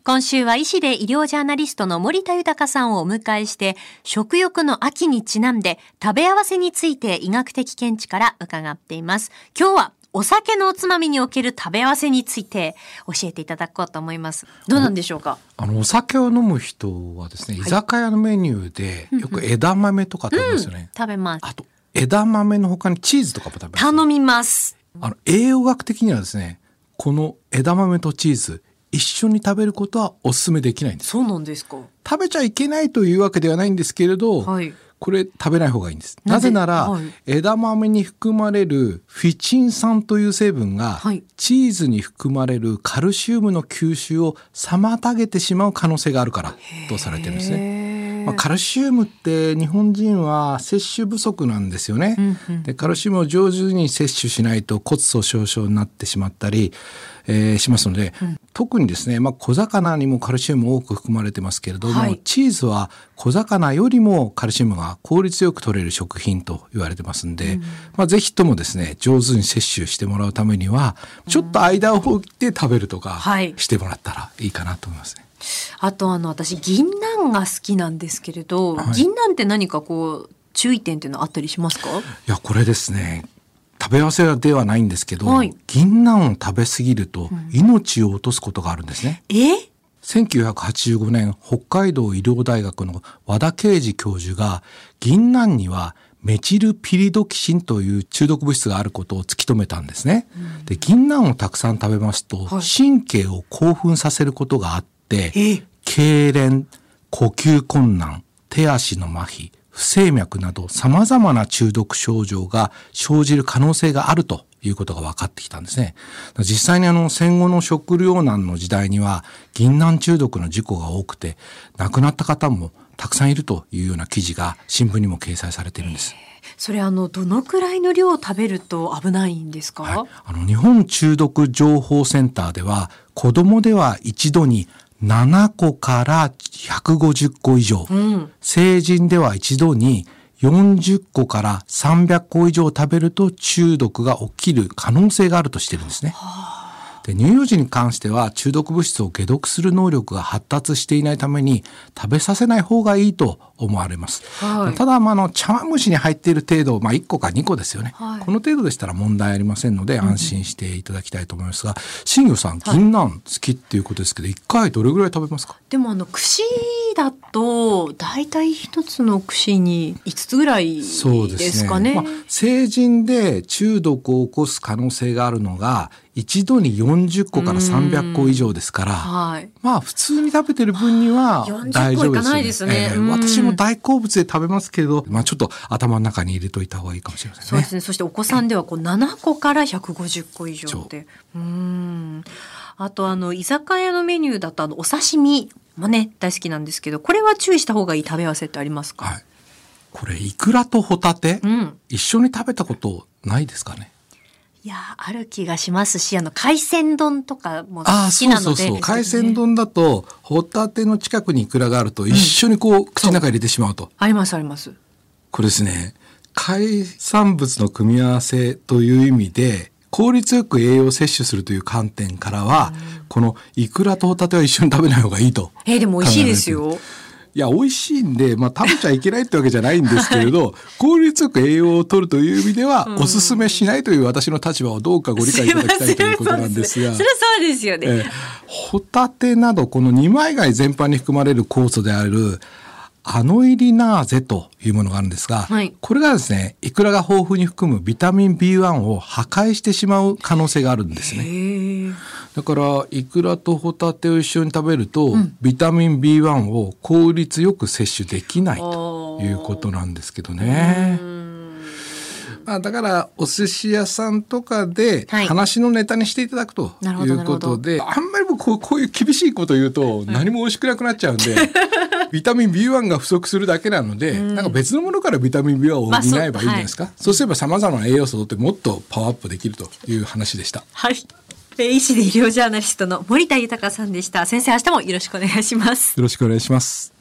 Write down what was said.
今週は医師で医療ジャーナリストの森田豊さんをお迎えして、食欲の秋にちなんで食べ合わせについて医学的見地から伺っています。今日はお酒のおつまみにおける食べ合わせについて教えていただこうと思います。どうなんでしょうか。 お酒を飲む人はですね、居酒屋のメニューでよく枝豆とか食べますよね。 食べます。 あと枝豆の他にチーズとかも食べます、ね。 頼みます。 栄養学的にはですね、この枝豆とチーズ一緒に食べることはお勧めできないんです。 そうなんですか。 食べちゃいけないというわけではないんですけれど、はい、これ食べない方がいいんです。なぜなら、はい、枝豆に含まれるフィチン酸という成分が、はい、チーズに含まれるカルシウムの吸収を妨げてしまう可能性があるからとされてるんですね。カルシウムって日本人は摂取不足なんですよね。でカルシウムを上手に摂取しないと骨粗しょう症になってしまったり、しますので、特にですね、小魚にもカルシウム多く含まれてますけれども、はい、チーズは小魚よりもカルシウムが効率よく取れる食品と言われてますんで、ぜひともですね、上手に摂取してもらうためにはちょっと間を置いて食べるとかしてもらったらいいかなと思いますね。 あと私銀杏が好きなんですけれど、はい、銀杏って何か注意点っていうのはあったりしますか？ いや、これですね、食べ合わせではないんですけど、はい、銀杏を食べ過ぎると命を落とすことがあるんですね。1985年北海道医療大学の和田啓治教授が銀杏にはメチルピリドキシンという中毒物質があることを突き止めたんですね。で銀杏をたくさん食べますと、はい、神経を興奮させることがあって、痙攣、呼吸困難、手足の麻痺、不整脈など様々な中毒症状が生じる可能性があるということが分かってきたんですね。実際に戦後の食糧難の時代には銀杏中毒の事故が多くて、亡くなった方もたくさんいるというような記事が新聞にも掲載されているんです。 それどのくらいの量を食べると危ないんですか？ はい、日本中毒情報センターでは子どもでは一度に7個から150個以上、成人では一度に40個から300個以上食べると中毒が起きる可能性があるとしているんですね。で乳幼児に関しては中毒物質を解毒する能力が発達していないために食べさせない方がいいと思われます。はい、ただ茶碗蒸しに入っている程度、1個か2個ですよね。はい、この程度でしたら問題ありませんので安心していただきたいと思いますが、新魚さん銀杏好きっていうことですけど、1回どれぐらい食べますか？ でも串だとだいたい1つの串に5つぐらいですかね。 成人で中毒を起こす可能性があるのが一度に40個から300個以上ですから、はい、普通に食べてる分には大丈夫ですよね。私も大好物で食べますけど、ちょっと頭の中に入れといた方がいいかもしれませんね。 そうですね。そしてお子さんでは7個から150個以上で、あと居酒屋のメニューだとお刺身もね大好きなんですけど、これは注意した方がいい食べ合わせってありますか？はい、 これイクラとホタテ、一緒に食べたことないですかね？ いや、ある気がしますし、海鮮丼とかも好きなので、 そう海鮮丼だとホタテの近くにイクラがあると一緒に口の中に入れてしまうと。 ありますあります。 これですね、海産物の組み合わせという意味で効率よく栄養を摂取するという観点からは、このイクラとホタテは一緒に食べない方がいいと。 でも美味しいですよ。 いや美味しいんで、食べちゃいけないってわけじゃないんですけれど、効率よく栄養を取るという意味では、おすすめしないという私の立場をどうかご理解いただきたいということなんですが、 それはそうですよね。 ホタテなどこの二枚貝全般に含まれる酵素であるアノイリナーゼというものがあるんですが、これがですね、イクラが豊富に含むビタミン B1 を破壊してしまう可能性があるんですね。だからイクラとホタテを一緒に食べると、ビタミン B1 を効率よく摂取できないということなんですけどね。だからお寿司屋さんとかで話のネタにしていただくということで、あんまりこういう厳しいことを言うと何も美味しくなくなっちゃうんで、ビタミン B1 が不足するだけなので、なんか別のものからビタミン B1 を補えばいいんじゃないですか。そうすれば様々な栄養素を取ってもっとパワーアップできるという話でした。 はい。医師で医療ジャーナリストの森田豊さんでした。先生、明日もよろしくお願いします。 よろしくお願いします。